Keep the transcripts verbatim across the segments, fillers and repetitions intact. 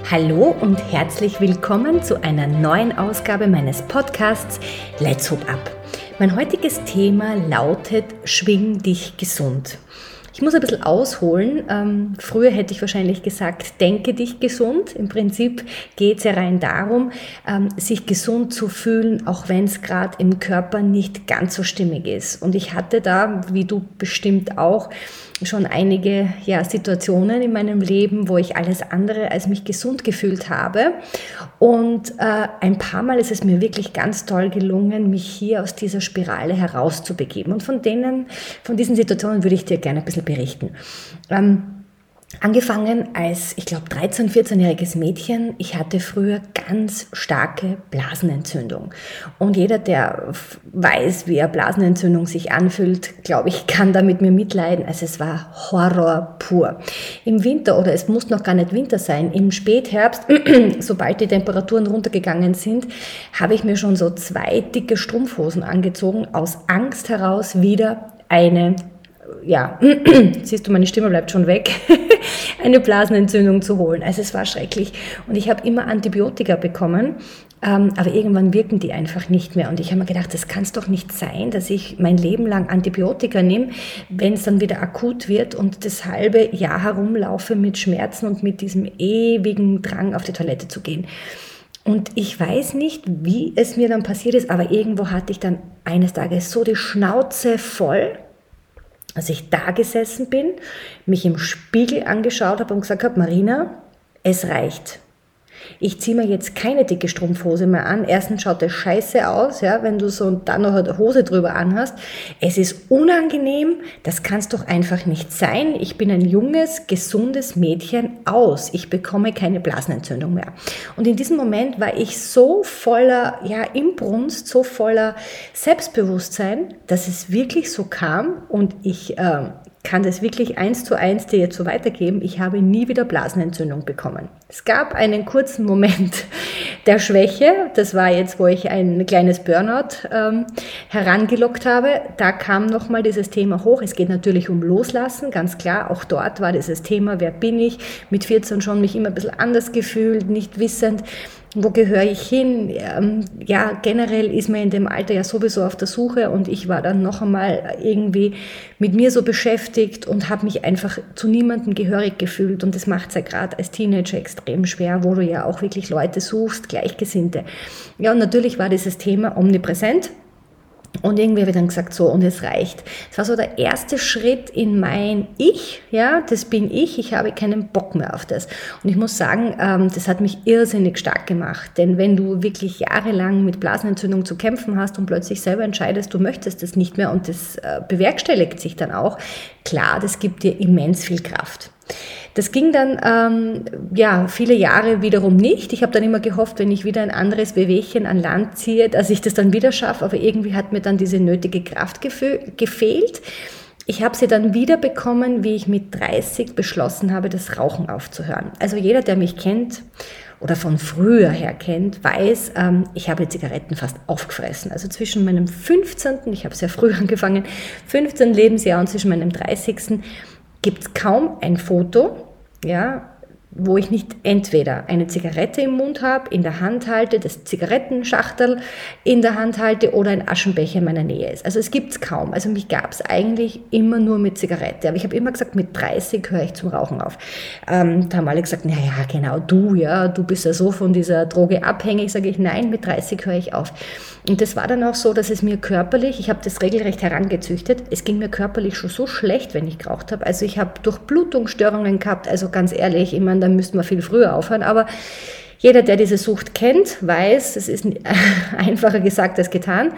Hallo und herzlich willkommen zu einer neuen Ausgabe meines Podcasts Let's Hope Up. Mein heutiges Thema lautet Schwing dich gesund. Ich muss ein bisschen ausholen. Ähm, früher hätte ich wahrscheinlich gesagt, denke dich gesund. Im Prinzip geht es ja rein darum, ähm, sich gesund zu fühlen, auch wenn es gerade im Körper nicht ganz so stimmig ist. Und ich hatte da, wie du bestimmt auch, schon einige ja, Situationen in meinem Leben, wo ich alles andere als mich gesund gefühlt habe. Und äh, ein paar Mal ist es mir wirklich ganz toll gelungen, mich hier aus dieser Spirale herauszubegeben. Und von denen, von diesen Situationen würde ich dir gerne ein bisschen berichten. Ähm, Angefangen als, ich glaube, dreizehn-, vierzehnjähriges Mädchen. Ich hatte früher ganz starke Blasenentzündung. Und jeder, der weiß, wie eine Blasenentzündung sich anfühlt, glaube ich, kann da mit mir mitleiden. Also es war Horror pur. Im Winter, oder es muss noch gar nicht Winter sein, im Spätherbst, sobald die Temperaturen runtergegangen sind, habe ich mir schon so zwei dicke Strumpfhosen angezogen, aus Angst heraus wieder eine ja, siehst du, meine Stimme bleibt schon weg, eine Blasenentzündung zu holen. Also es war schrecklich. Und ich habe immer Antibiotika bekommen, ähm, aber irgendwann wirken die einfach nicht mehr. Und ich habe mir gedacht, das kann es doch nicht sein, dass ich mein Leben lang Antibiotika nehme, wenn es dann wieder akut wird und das halbe Jahr herumlaufe mit Schmerzen und mit diesem ewigen Drang, auf die Toilette zu gehen. Und ich weiß nicht, wie es mir dann passiert ist, aber irgendwo hatte ich dann eines Tages so die Schnauze voll, als ich da gesessen bin, mich im Spiegel angeschaut habe und gesagt habe, Marina, es reicht. Ich ziehe mir jetzt keine dicke Strumpfhose mehr an. Erstens schaut das scheiße aus, ja, wenn du so und dann noch eine Hose drüber anhast. Es ist unangenehm, das kann es doch einfach nicht sein. Ich bin ein junges, gesundes Mädchen, aus. Ich bekomme keine Blasenentzündung mehr. Und in diesem Moment war ich so voller ja, Inbrunst, so voller Selbstbewusstsein, dass es wirklich so kam und ich äh, kann das wirklich eins zu eins dir jetzt so weitergeben. Ich habe nie wieder Blasenentzündung bekommen. Es gab einen kurzen Moment der Schwäche. Das war jetzt, wo ich ein kleines Burnout ähm, herangelockt habe. Da kam nochmal dieses Thema hoch. Es geht natürlich um Loslassen, ganz klar. Auch dort war dieses Thema, wer bin ich? Mit vierzehn schon mich immer ein bisschen anders gefühlt, nicht wissend, wo gehöre ich hin? Ja, generell ist man in dem Alter ja sowieso auf der Suche und ich war dann noch einmal irgendwie mit mir so beschäftigt und habe mich einfach zu niemandem gehörig gefühlt und das macht es ja gerade als Teenager extrem schwer, wo du ja auch wirklich Leute suchst, Gleichgesinnte. Ja, und natürlich war dieses Thema omnipräsent. Und irgendwie habe ich dann gesagt, so, und es reicht. Das war so der erste Schritt in mein Ich, ja, das bin ich, ich habe keinen Bock mehr auf das. Und ich muss sagen, ähm, das hat mich irrsinnig stark gemacht, denn wenn du wirklich jahrelang mit Blasenentzündung zu kämpfen hast und plötzlich selber entscheidest, du möchtest das nicht mehr und das äh, bewerkstelligt sich dann auch, klar, das gibt dir immens viel Kraft. Das ging dann ähm, ja viele Jahre wiederum nicht. Ich habe dann immer gehofft, wenn ich wieder ein anderes Wehwehchen an Land ziehe, dass ich das dann wieder schaffe. Aber irgendwie hat mir dann diese nötige Kraft gefö- gefehlt. Ich habe sie dann wieder bekommen, wie ich mit dreißig beschlossen habe, das Rauchen aufzuhören. Also jeder, der mich kennt oder von früher her kennt, weiß, ähm, ich habe Zigaretten fast aufgefressen. Also zwischen meinem fünfzehnten, ich habe sehr früh angefangen, fünfzehnten Lebensjahr und zwischen meinem dreißigsten gibt es kaum ein Foto, ja, wo ich nicht entweder eine Zigarette im Mund habe, in der Hand halte, das Zigarettenschachtel in der Hand halte oder ein Aschenbecher in meiner Nähe ist. Also es gibt es kaum. Also mich gab es eigentlich immer nur mit Zigarette. Aber ich habe immer gesagt, mit dreißig höre ich zum Rauchen auf. Ähm, da haben alle gesagt, naja, genau, du, ja, du bist ja so von dieser Droge abhängig. Sage ich, nein, mit dreißig höre ich auf. Und das war dann auch so, dass es mir körperlich, ich habe das regelrecht herangezüchtet, es ging mir körperlich schon so schlecht, wenn ich geraucht habe. Also ich habe Durchblutungsstörungen gehabt, also ganz ehrlich, ich meine, da müsste man viel früher aufhören, aber jeder, der diese Sucht kennt, weiß, es ist einfacher gesagt als getan.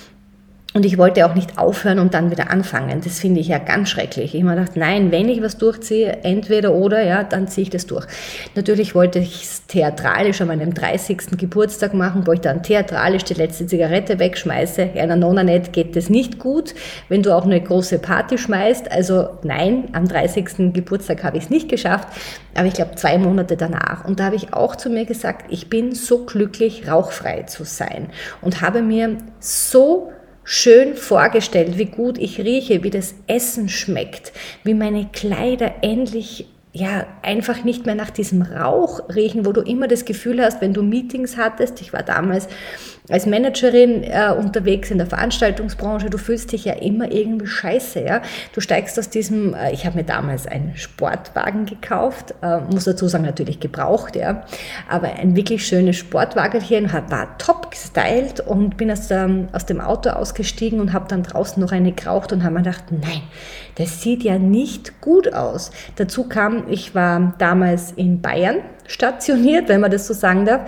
Und ich wollte auch nicht aufhören und dann wieder anfangen. Das finde ich ja ganz schrecklich. Ich habe mir gedacht, nein, wenn ich was durchziehe, entweder oder, ja, dann ziehe ich das durch. Natürlich wollte ich es theatralisch an meinem dreißigsten Geburtstag machen, wo ich dann theatralisch die letzte Zigarette wegschmeiße. Ja, na nona nicht geht das nicht gut, wenn du auch eine große Party schmeißt. Also nein, am dreißigsten Geburtstag habe ich es nicht geschafft, aber ich glaube zwei Monate danach. Und da habe ich auch zu mir gesagt, ich bin so glücklich, rauchfrei zu sein und habe mir so schön vorgestellt, wie gut ich rieche, wie das Essen schmeckt, wie meine Kleider endlich ja, einfach nicht mehr nach diesem Rauch riechen, wo du immer das Gefühl hast, wenn du Meetings hattest, ich war damals als Managerin äh, unterwegs in der Veranstaltungsbranche, du fühlst dich ja immer irgendwie scheiße, ja. Du steigst aus diesem, äh, ich habe mir damals einen Sportwagen gekauft, äh, muss dazu sagen, natürlich gebraucht, ja, aber ein wirklich schönes Sportwagenchen, war top gestylt und bin aus, der, aus dem Auto ausgestiegen und habe dann draußen noch eine geraucht und habe mir gedacht, nein, das sieht ja nicht gut aus. Dazu kam, ich war damals in Bayern stationiert, wenn man das so sagen darf.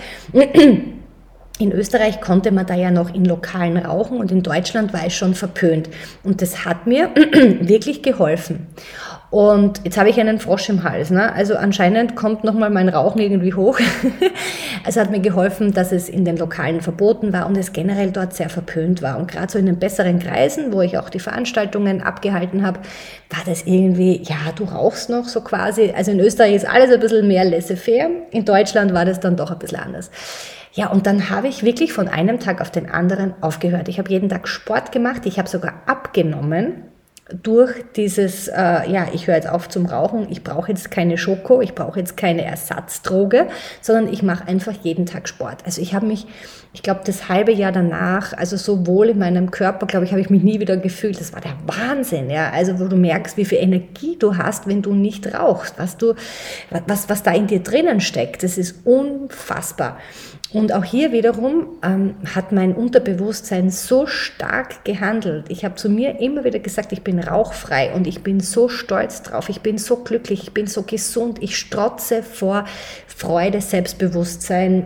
In Österreich konnte man da ja noch in Lokalen rauchen und in Deutschland war es schon verpönt. Und das hat mir wirklich geholfen. Und jetzt habe ich einen Frosch im Hals. Ne? Also anscheinend kommt nochmal mein Rauchen irgendwie hoch. Also hat mir geholfen, dass es in den Lokalen verboten war und es generell dort sehr verpönt war. Und gerade so in den besseren Kreisen, wo ich auch die Veranstaltungen abgehalten habe, war das irgendwie, ja, du rauchst noch so quasi. Also in Österreich ist alles ein bisschen mehr laissez-faire. In Deutschland war das dann doch ein bisschen anders. Ja, und dann habe ich wirklich von einem Tag auf den anderen aufgehört. Ich habe jeden Tag Sport gemacht, ich habe sogar abgenommen durch dieses, äh, ja, ich höre jetzt auf zum Rauchen, ich brauche jetzt keine Schoko, ich brauche jetzt keine Ersatzdroge, sondern ich mache einfach jeden Tag Sport. Also ich habe mich, ich glaube, das halbe Jahr danach, also so wohl in meinem Körper, glaube ich, habe ich mich nie wieder gefühlt. Das war der Wahnsinn, ja. Also wo du merkst, wie viel Energie du hast, wenn du nicht rauchst, was du, was, was da in dir drinnen steckt, das ist unfassbar. Und auch hier wiederum ähm, hat mein Unterbewusstsein so stark gehandelt. Ich habe zu mir immer wieder gesagt, ich bin rauchfrei und ich bin so stolz drauf, ich bin so glücklich, ich bin so gesund, ich strotze vor Freude, Selbstbewusstsein.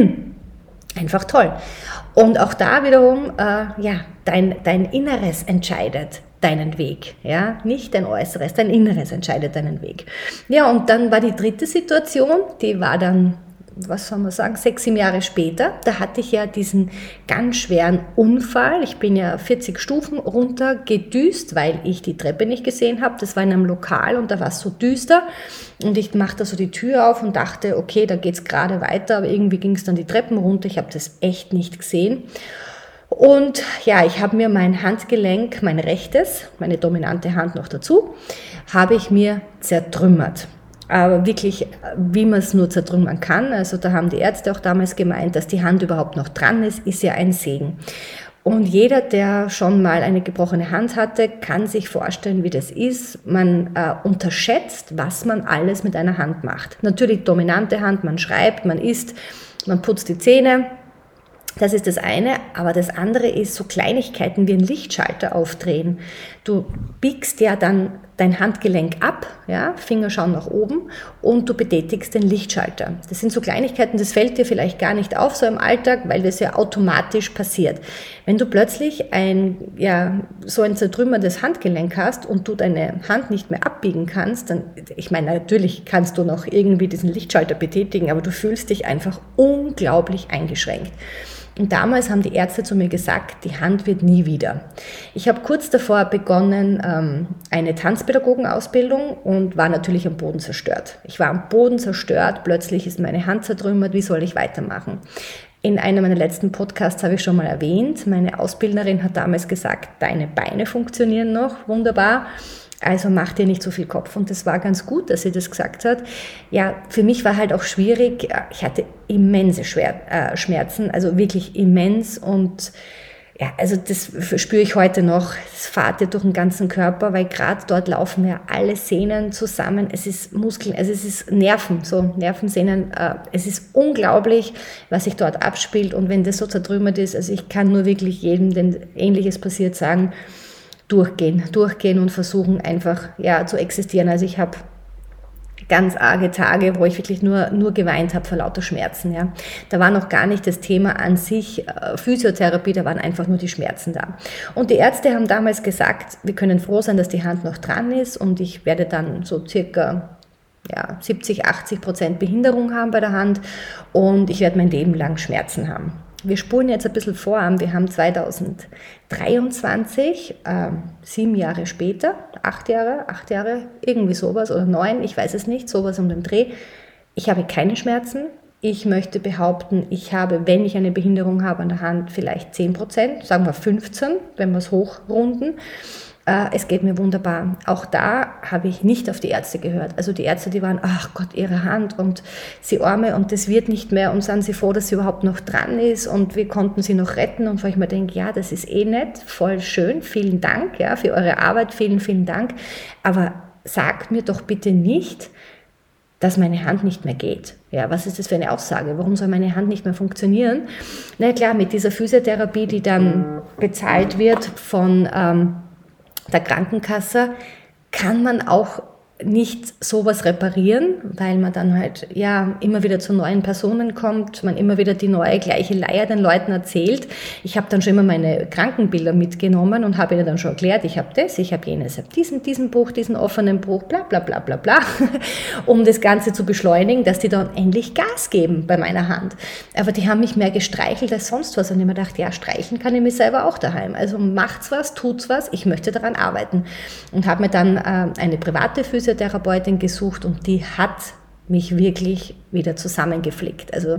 Einfach toll. Und auch da wiederum, äh, ja, dein, dein Inneres entscheidet deinen Weg, ja, nicht dein Äußeres, dein Inneres entscheidet deinen Weg. Ja, und dann war die dritte Situation, die war dann, was soll man sagen, sechs, sieben Jahre später, da hatte ich ja diesen ganz schweren Unfall. Ich bin ja vierzig Stufen runter gedüst, weil ich die Treppe nicht gesehen habe. Das war in einem Lokal und da war es so düster und ich machte so die Tür auf und dachte, okay, da geht's gerade weiter, aber irgendwie ging es dann die Treppen runter. Ich habe das echt nicht gesehen. Und ja, ich habe mir mein Handgelenk, mein rechtes, meine dominante Hand noch dazu, habe ich mir zertrümmert. Aber wirklich, wie man es nur zertrümmern kann. Also da haben die Ärzte auch damals gemeint, dass die Hand überhaupt noch dran ist, ist ja ein Segen. Und jeder, der schon mal eine gebrochene Hand hatte, kann sich vorstellen, wie das ist. Man äh, unterschätzt, was man alles mit einer Hand macht. Natürlich dominante Hand, man schreibt, man isst, man putzt die Zähne. Das ist das eine, aber das andere ist so Kleinigkeiten wie ein Lichtschalter aufdrehen. Du biegst ja dann dein Handgelenk ab, ja, Finger schauen nach oben und du betätigst den Lichtschalter. Das sind so Kleinigkeiten, das fällt dir vielleicht gar nicht auf so im Alltag, weil das ja automatisch passiert. Wenn du plötzlich ein, ja, so ein zertrümmertes Handgelenk hast und du deine Hand nicht mehr abbiegen kannst, dann, ich meine, natürlich kannst du noch irgendwie diesen Lichtschalter betätigen, aber du fühlst dich einfach unglaublich eingeschränkt. Und damals haben die Ärzte zu mir gesagt, die Hand wird nie wieder. Ich habe kurz davor begonnen, eine Tanzpädagogenausbildung und war natürlich am Boden zerstört. Ich war am Boden zerstört, plötzlich ist meine Hand zertrümmert, wie soll ich weitermachen? In einem meiner letzten Podcasts habe ich schon mal erwähnt, meine Ausbildnerin hat damals gesagt, deine Beine funktionieren noch wunderbar. Also mach dir nicht so viel Kopf. Und das war ganz gut, dass sie das gesagt hat. Ja, für mich war halt auch schwierig. Ich hatte immense Schmerzen, also wirklich immens. Und ja, also das spüre ich heute noch. Das fährt dir durch den ganzen Körper, weil gerade dort laufen ja alle Sehnen zusammen. Es ist Muskeln, also es ist Nerven, so Nervensehnen. Es ist unglaublich, was sich dort abspielt. Und wenn das so zertrümmert ist, also ich kann nur wirklich jedem, dem Ähnliches passiert, sagen, durchgehen, durchgehen und versuchen einfach ja zu existieren. Also ich habe ganz arge Tage, wo ich wirklich nur, nur geweint habe vor lauter Schmerzen. Ja. Da war noch gar nicht das Thema an sich äh, Physiotherapie, da waren einfach nur die Schmerzen da. Und die Ärzte haben damals gesagt, wir können froh sein, dass die Hand noch dran ist und ich werde dann so circa ja, siebzig, achtzig Prozent Behinderung haben bei der Hand und ich werde mein Leben lang Schmerzen haben. Wir spulen jetzt ein bisschen vor, wir haben zweitausenddreiundzwanzig, äh, sieben Jahre später, acht Jahre, acht Jahre, irgendwie sowas oder neun, ich weiß es nicht, sowas um den Dreh. Ich habe keine Schmerzen. Ich möchte behaupten, ich habe, wenn ich eine Behinderung habe an der Hand, vielleicht zehn Prozent, sagen wir fünfzehn, wenn wir es hochrunden. Äh, es geht mir wunderbar. Auch da habe ich nicht auf die Ärzte gehört. Also die Ärzte, die waren, ach Gott, ihre Hand und sie Arme und das wird nicht mehr und sind sie froh, dass sie überhaupt noch dran ist und wir konnten sie noch retten. Und wo ich mir denke, ja, das ist eh nett, voll schön, vielen Dank, ja, für eure Arbeit, vielen, vielen Dank. Aber sagt mir doch bitte nicht, dass meine Hand nicht mehr geht. Ja, was ist das für eine Aussage? Warum soll meine Hand nicht mehr funktionieren? Na klar, mit dieser Physiotherapie, die dann bezahlt wird von ähm, der Krankenkasse, kann man auch nicht sowas reparieren, weil man dann halt ja immer wieder zu neuen Personen kommt, man immer wieder die neue gleiche Leier den Leuten erzählt. Ich habe dann schon immer meine Krankenbilder mitgenommen und habe ihnen dann schon erklärt, ich habe das, ich habe jenes, ich habe diesen, diesen Bruch, diesen offenen Bruch, bla bla bla bla bla, um das Ganze zu beschleunigen, dass die dann endlich Gas geben bei meiner Hand. Aber die haben mich mehr gestreichelt als sonst was und ich habe mir gedacht, ja, streicheln kann ich mich selber auch daheim. Also macht's was, tut's was, ich möchte daran arbeiten. Und habe mir dann äh, eine private Physiotherapie Therapeutin gesucht und die hat mich wirklich wieder zusammengeflickt. Also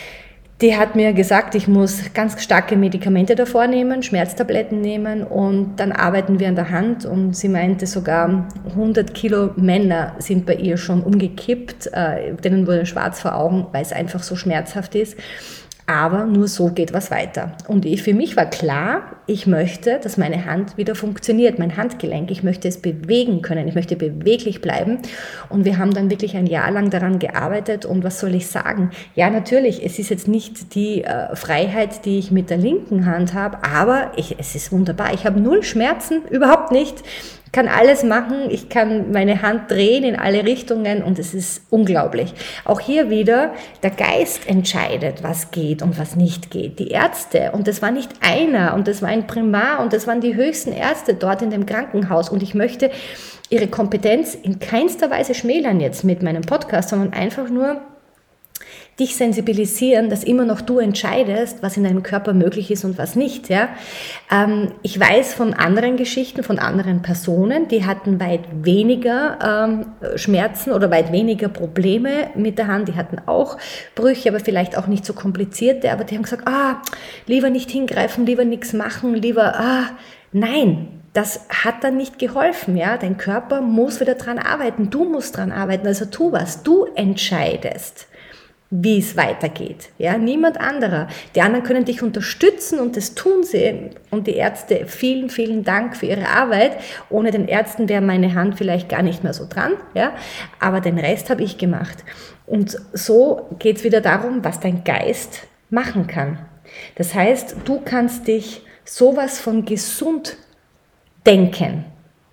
die hat mir gesagt, ich muss ganz starke Medikamente davor nehmen, Schmerztabletten nehmen und dann arbeiten wir an der Hand und sie meinte sogar hundert Kilo Männer sind bei ihr schon umgekippt, äh, denen wurde schwarz vor Augen, weil es einfach so schmerzhaft ist. Aber nur so geht was weiter. Und ich, für mich war klar, ich möchte, dass meine Hand wieder funktioniert, mein Handgelenk. Ich möchte es bewegen können, ich möchte beweglich bleiben. Und wir haben dann wirklich ein Jahr lang daran gearbeitet. Und was soll ich sagen? Ja, natürlich, es ist jetzt nicht die äh, Freiheit, die ich mit der linken Hand habe, aber ich, es ist wunderbar. Ich habe null Schmerzen, überhaupt nicht. Ich kann alles machen, ich kann meine Hand drehen in alle Richtungen und es ist unglaublich. Auch hier wieder, der Geist entscheidet, was geht und was nicht geht. Die Ärzte, und das war nicht einer und das war ein Primar und das waren die höchsten Ärzte dort in dem Krankenhaus und ich möchte ihre Kompetenz in keinster Weise schmälern jetzt mit meinem Podcast, sondern einfach nur dich sensibilisieren, dass immer noch du entscheidest, was in deinem Körper möglich ist und was nicht. Ja? Ähm, ich weiß von anderen Geschichten, von anderen Personen, die hatten weit weniger ähm, Schmerzen oder weit weniger Probleme mit der Hand. Die hatten auch Brüche, aber vielleicht auch nicht so komplizierte. Aber die haben gesagt, ah, lieber nicht hingreifen, lieber nichts machen, lieber, ah, nein. Das hat dann nicht geholfen, ja. Dein Körper muss wieder dran arbeiten. Du musst dran arbeiten. Also tu was. Du entscheidest, wie es weitergeht. Ja, niemand anderer. Die anderen können dich unterstützen und das tun sie. Und die Ärzte, vielen, vielen Dank für ihre Arbeit. Ohne den Ärzten wäre meine Hand vielleicht gar nicht mehr so dran. Ja, aber den Rest habe ich gemacht. Und so geht es wieder darum, was dein Geist machen kann. Das heißt, du kannst dich sowas von gesund denken.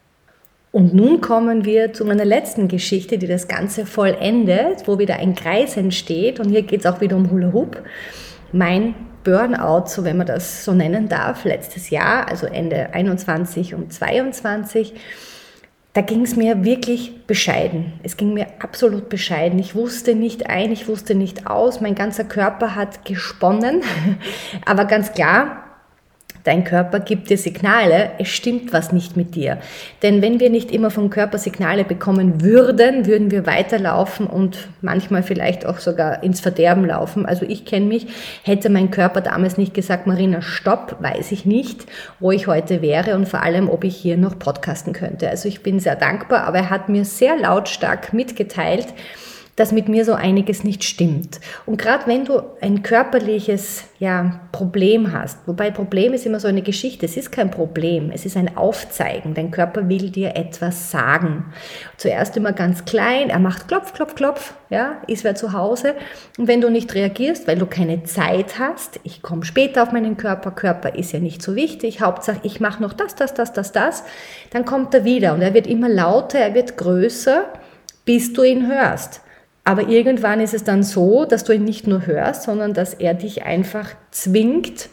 Und nun kommen wir zu meiner letzten Geschichte, die das Ganze vollendet, wo wieder ein Kreis entsteht. Und hier geht es auch wieder um Hula Hoop. Mein Burnout, so wenn man das so nennen darf, letztes Jahr, also Ende einundzwanzig und zweiundzwanzig, da ging es mir wirklich bescheiden. Es ging mir absolut bescheiden. Ich wusste nicht ein, ich wusste nicht aus. Mein ganzer Körper hat gesponnen. Aber ganz klar, dein Körper gibt dir Signale, es stimmt was nicht mit dir. Denn wenn wir nicht immer vom Körper Signale bekommen würden, würden wir weiterlaufen und manchmal vielleicht auch sogar ins Verderben laufen. Also ich kenne mich, hätte mein Körper damals nicht gesagt, Marina, stopp, weiß ich nicht, wo ich heute wäre und vor allem, ob ich hier noch podcasten könnte. Also ich bin sehr dankbar, aber er hat mir sehr lautstark mitgeteilt, dass mit mir so einiges nicht stimmt. Und gerade wenn du ein körperliches ja, Problem hast, wobei Problem ist immer so eine Geschichte, es ist kein Problem, es ist ein Aufzeigen. Dein Körper will dir etwas sagen. Zuerst immer ganz klein, er macht Klopf, Klopf, Klopf, ja, ist wer zu Hause. Und wenn du nicht reagierst, weil du keine Zeit hast, ich komme später auf meinen Körper, Körper ist ja nicht so wichtig, Hauptsache ich mache noch das, das, das, das, das, dann kommt er wieder und er wird immer lauter, er wird größer, bis du ihn hörst. Aber irgendwann ist es dann so, dass du ihn nicht nur hörst, sondern dass er dich einfach zwingt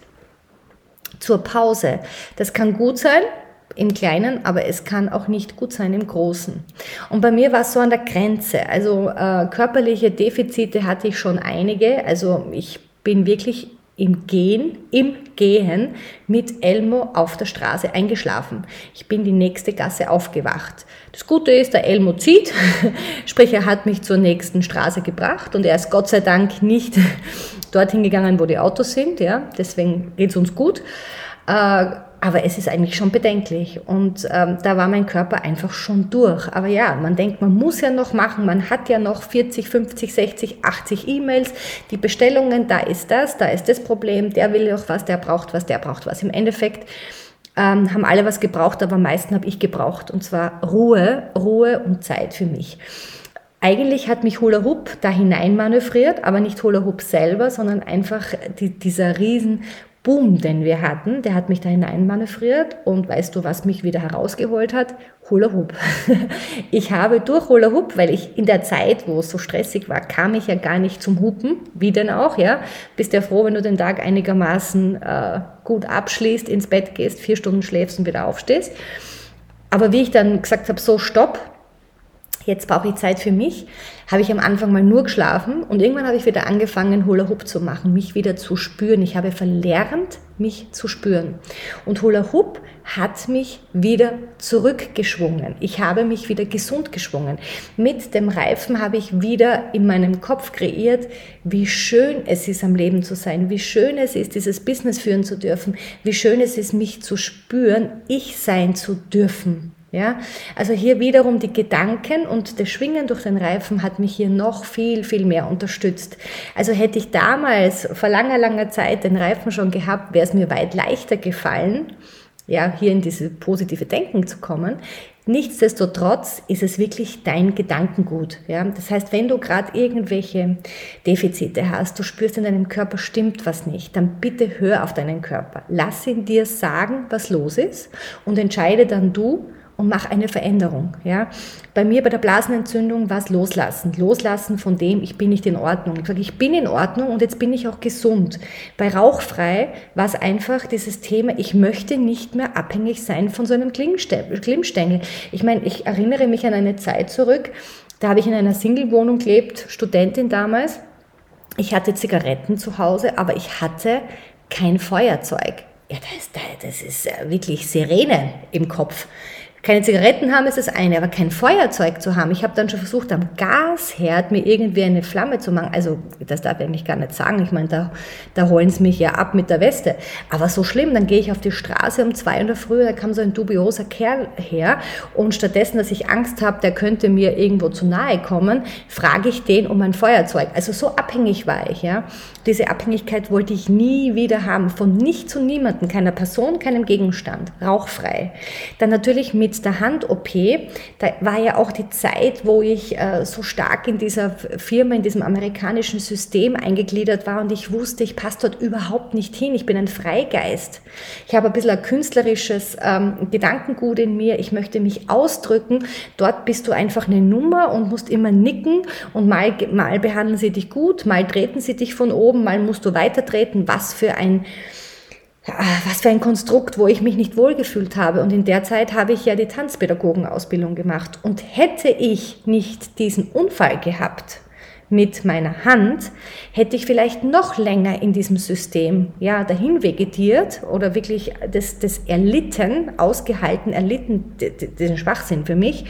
zur Pause. Das kann gut sein im Kleinen, aber es kann auch nicht gut sein im Großen. Und bei mir war es so an der Grenze. Also äh, körperliche Defizite hatte ich schon einige. Also ich bin wirklich im Gehen, im Gehen mit Elmo auf der Straße eingeschlafen. Ich bin die nächste Gasse aufgewacht. Das Gute ist, der Elmo zieht, sprich er hat mich zur nächsten Straße gebracht und er ist Gott sei Dank nicht dorthin gegangen, wo die Autos sind, ja, deswegen geht es uns gut. Äh, Aber es ist eigentlich schon bedenklich und ähm, da war mein Körper einfach schon durch. Aber ja, man denkt, man muss ja noch machen, man hat ja noch vierzig, fünfzig, sechzig, achtzig E-Mails, die Bestellungen, da ist das, da ist das Problem, der will noch was, der braucht was, der braucht was. Im Endeffekt ähm, haben alle was gebraucht, aber am meisten habe ich gebraucht und zwar Ruhe, Ruhe und Zeit für mich. Eigentlich hat mich Hula Hoop da hinein manövriert, aber nicht Hula Hoop selber, sondern einfach die, dieser riesen Boom, den wir hatten, der hat mich da hinein manövriert und weißt du, was mich wieder herausgeholt hat? Hula Hoop. Ich habe durch Hula Hoop, weil ich in der Zeit, wo es so stressig war, kam ich ja gar nicht zum Hupen, wie denn auch, ja, bist ja froh, wenn du den Tag einigermaßen äh, gut abschließt, ins Bett gehst, vier Stunden schläfst und wieder aufstehst. Aber wie ich dann gesagt habe, so stopp, jetzt brauche ich Zeit für mich, habe ich am Anfang mal nur geschlafen und irgendwann habe ich wieder angefangen, Hula Hoop zu machen, mich wieder zu spüren. Ich habe verlernt, mich zu spüren. Und Hula Hoop hat mich wieder zurückgeschwungen. Ich habe mich wieder gesund geschwungen. Mit dem Reifen habe ich wieder in meinem Kopf kreiert, wie schön es ist, am Leben zu sein, wie schön es ist, dieses Business führen zu dürfen, wie schön es ist, mich zu spüren, ich sein zu dürfen. Ja, also hier wiederum die Gedanken und das Schwingen durch den Reifen hat mich hier noch viel, viel mehr unterstützt. Also hätte ich damals vor langer, langer Zeit den Reifen schon gehabt, wäre es mir weit leichter gefallen, ja, hier in diese positive Denken zu kommen. Nichtsdestotrotz ist es wirklich dein Gedankengut. Ja? Das heißt, wenn du gerade irgendwelche Defizite hast, du spürst in deinem Körper, stimmt was nicht, dann bitte hör auf deinen Körper. Lass ihn dir sagen, was los ist und entscheide dann du, und mach eine Veränderung. Ja? Bei mir bei der Blasenentzündung war es loslassen. Loslassen von dem, ich bin nicht in Ordnung. Ich sage, ich bin in Ordnung und jetzt bin ich auch gesund. Bei Rauchfrei war es einfach dieses Thema, ich möchte nicht mehr abhängig sein von so einem Glimmstängel. Ich meine, ich erinnere mich an eine Zeit zurück, da habe ich in einer Single-Wohnung gelebt, Studentin damals. Ich hatte Zigaretten zu Hause, aber ich hatte kein Feuerzeug. Ja, das, das ist wirklich Sirene im Kopf. Keine Zigaretten haben ist das eine, aber kein Feuerzeug zu haben. Ich habe dann schon versucht, am Gasherd mir irgendwie eine Flamme zu machen. Also das darf ich eigentlich gar nicht sagen. Ich meine, da, da holen sie mich ja ab mit der Weste. Aber so schlimm, dann gehe ich auf die Straße um zwei in der Früh, da kam so ein dubioser Kerl her und stattdessen, dass ich Angst habe, der könnte mir irgendwo zu nahe kommen, frage ich den um ein Feuerzeug. Also so abhängig war ich. Ja. Diese Abhängigkeit wollte ich nie wieder haben. Von nichts und niemandem, keiner Person, keinem Gegenstand. Rauchfrei. Dann natürlich mit der Hand-O P, da war ja auch die Zeit, wo ich äh, so stark in dieser Firma, in diesem amerikanischen System eingegliedert war und ich wusste, ich passe dort überhaupt nicht hin. Ich bin ein Freigeist. Ich habe ein bisschen ein künstlerisches ähm, Gedankengut in mir. Ich möchte mich ausdrücken. Dort bist du einfach eine Nummer und musst immer nicken und mal, mal behandeln sie dich gut, mal treten sie dich von oben, mal musst du weiter treten. Was für ein Was für ein Konstrukt, wo ich mich nicht wohlgefühlt habe. Und in der Zeit habe ich ja die Tanzpädagogenausbildung gemacht. Und hätte ich nicht diesen Unfall gehabt mit meiner Hand, hätte ich vielleicht noch länger in diesem System ja, dahin vegetiert oder wirklich das, das erlitten, ausgehalten, erlitten, diesen Schwachsinn für mich.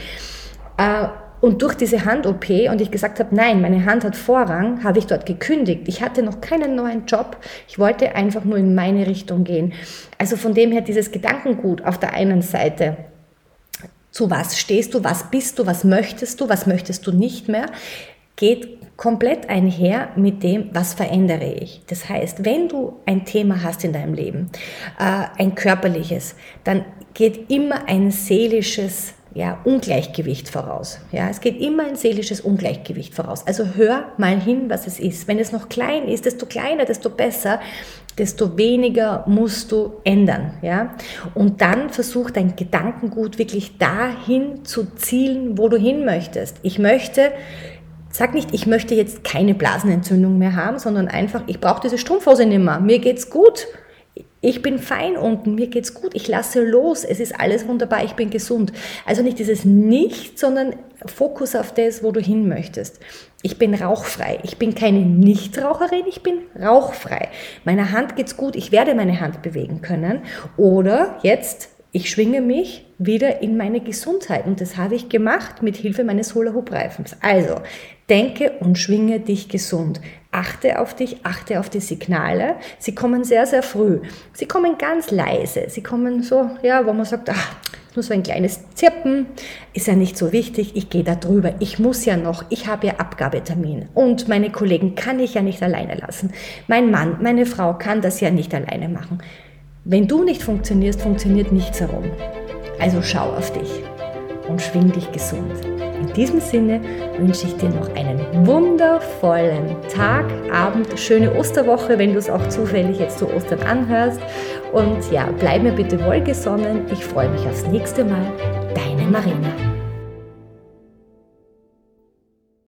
Und durch diese Hand-O P und ich gesagt habe, nein, meine Hand hat Vorrang, habe ich dort gekündigt. Ich hatte noch keinen neuen Job. Ich wollte einfach nur in meine Richtung gehen. Also von dem her dieses Gedankengut auf der einen Seite, zu was stehst du, was bist du, was möchtest du, was möchtest du nicht mehr, geht komplett einher mit dem, was verändere ich. Das heißt, wenn du ein Thema hast in deinem Leben, äh, ein körperliches, dann geht immer ein seelisches Ja, Ungleichgewicht voraus. Ja, es geht immer ein seelisches Ungleichgewicht voraus. Also hör mal hin, was es ist. Wenn es noch klein ist, desto kleiner, desto besser, desto weniger musst du ändern. Ja? Und dann versuch dein Gedankengut wirklich dahin zu zielen, wo du hin möchtest. Ich möchte, sag nicht, ich möchte jetzt keine Blasenentzündung mehr haben, sondern einfach, ich brauche diese Strumpfhose nicht mehr. Mir geht's gut. Ich bin fein unten, mir geht's gut, ich lasse los, es ist alles wunderbar, ich bin gesund. Also nicht dieses Nicht, sondern Fokus auf das, wo du hin möchtest. Ich bin rauchfrei, ich bin keine Nichtraucherin, ich bin rauchfrei. Meiner Hand geht's gut, ich werde meine Hand bewegen können. Oder jetzt, Ich schwinge mich wieder in meine Gesundheit und das habe ich gemacht mit Hilfe meines Hula-Hoop-Reifens. Also, denke und schwinge dich gesund. Achte auf dich, achte auf die Signale. Sie kommen sehr, sehr früh. Sie kommen ganz leise. Sie kommen so, ja, wo man sagt, ach, nur so ein kleines Zirpen, ist ja nicht so wichtig, ich gehe da drüber, ich muss ja noch, ich habe ja Abgabetermin und meine Kollegen kann ich ja nicht alleine lassen. Mein Mann, meine Frau kann das ja nicht alleine machen. Wenn du nicht funktionierst, funktioniert nichts herum. Also schau auf dich und schwing dich gesund. In diesem Sinne wünsche ich dir noch einen wundervollen Tag, Abend, schöne Osterwoche, wenn du es auch zufällig jetzt zu Ostern anhörst. Und ja, bleib mir bitte wohlgesonnen. Ich freue mich aufs nächste Mal. Deine Marina.